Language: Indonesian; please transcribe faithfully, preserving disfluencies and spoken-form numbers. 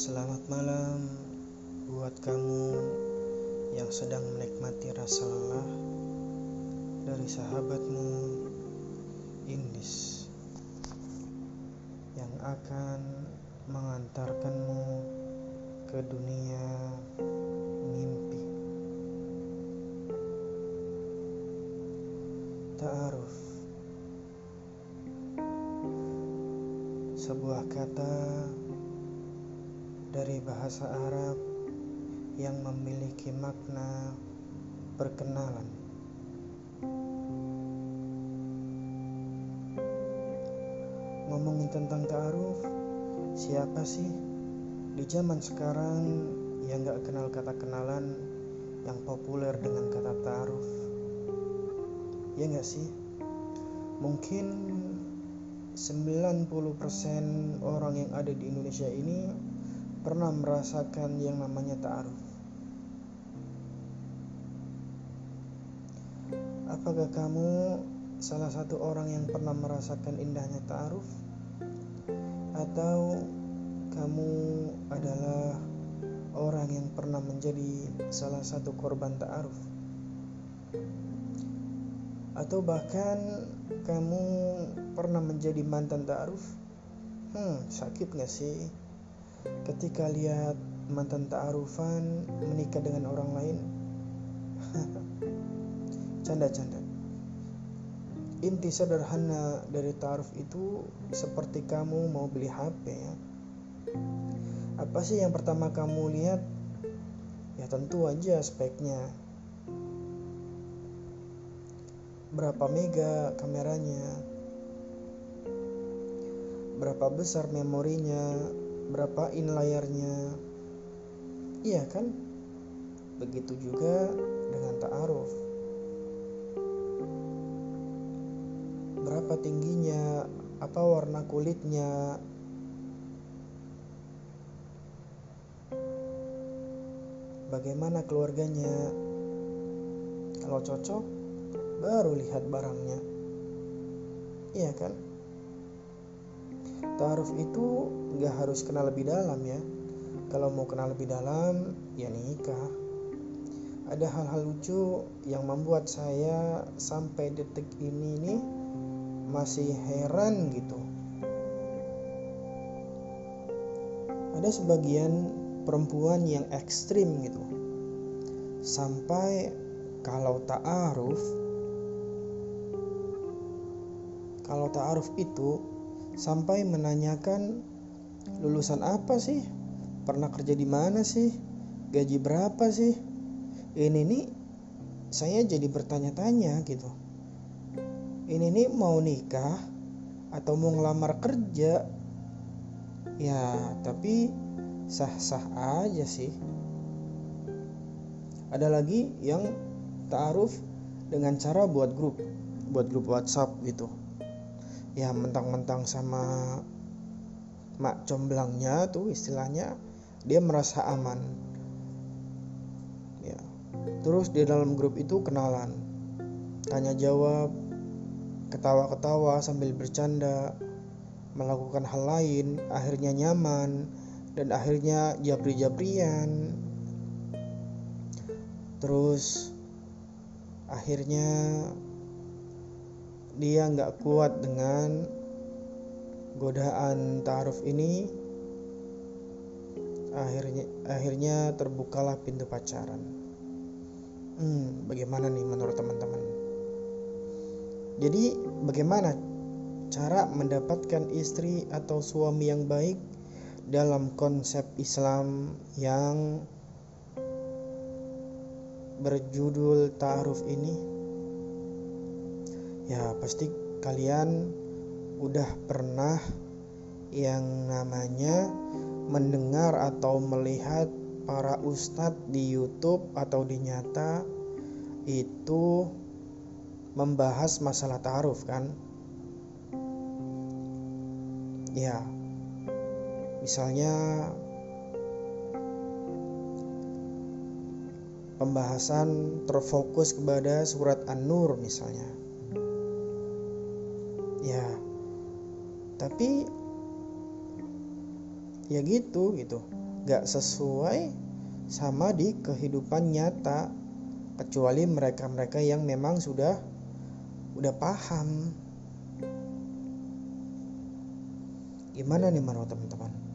Selamat malam buat kamu yang sedang menikmati rasa lelah dari sahabatmu Indis yang akan mengantarkanmu ke dunia mimpi. Ta'aruf, sebuah kata dari bahasa Arab yang memiliki makna perkenalan. Ngomongin tentang ta'aruf, siapa sih di zaman sekarang yang gak kenal kata kenalan yang populer dengan kata ta'aruf? Ya gak sih? Mungkin sembilan puluh persen orang yang ada di Indonesia ini pernah merasakan yang namanya ta'aruf. Apakah kamu salah satu orang yang pernah merasakan indahnya ta'aruf? Atau kamu adalah orang yang pernah menjadi salah satu korban ta'aruf? Atau bahkan kamu pernah menjadi mantan ta'aruf? Hmm, sakit gak sih ketika lihat mantan ta'arufan menikah dengan orang lain? Canda-canda. Inti sederhana dari ta'aruf itu seperti kamu mau beli H P ya. Apa sih yang pertama kamu lihat? Ya tentu aja speknya. Berapa mega kameranya? Berapa besar memorinya? Berapa in layarnya? Iya kan? Begitu juga dengan ta'aruf. Berapa tingginya? Apa warna kulitnya? Bagaimana keluarganya? Kalau cocok, baru lihat barangnya. Iya kan? Ta'aruf itu gak harus kenal lebih dalam ya. Kalau mau kenal lebih dalam, ya nikah. Ada hal-hal lucu yang membuat saya sampai detik ini nih masih heran gitu. Ada sebagian perempuan yang ekstrim gitu. Sampai kalau ta'aruf Kalau ta'aruf itu sampai menanyakan lulusan apa sih? Pernah kerja di mana sih? Gaji berapa sih? Ini nih saya jadi bertanya-tanya gitu. Ini nih mau nikah atau mau ngelamar kerja? Ya, tapi sah-sah aja sih. Ada lagi yang ta'aruf dengan cara buat grup, buat grup WhatsApp gitu. Ya mentang-mentang sama mak comblangnya tuh istilahnya, dia merasa aman. Ya. Terus di dalam grup itu kenalan, tanya jawab, ketawa-ketawa sambil bercanda, melakukan hal lain, akhirnya nyaman dan akhirnya jabri-jabrian. Terus akhirnya dia gak kuat dengan godaan ta'aruf ini. Akhirnya akhirnya terbukalah pintu pacaran. Hmm, bagaimana nih menurut teman-teman? Jadi bagaimana cara mendapatkan istri atau suami yang baik dalam konsep Islam yang berjudul ta'aruf ini? Ya pasti kalian udah pernah yang namanya mendengar atau melihat para ustadz di YouTube atau di nyata itu membahas masalah ta'aruf kan? Ya, misalnya pembahasan terfokus kepada surat An-Nur misalnya. Ya, tapi ya gitu gitu gak sesuai sama di kehidupan nyata, kecuali mereka-mereka yang memang sudah udah paham. Gimana nih menurut teman-teman?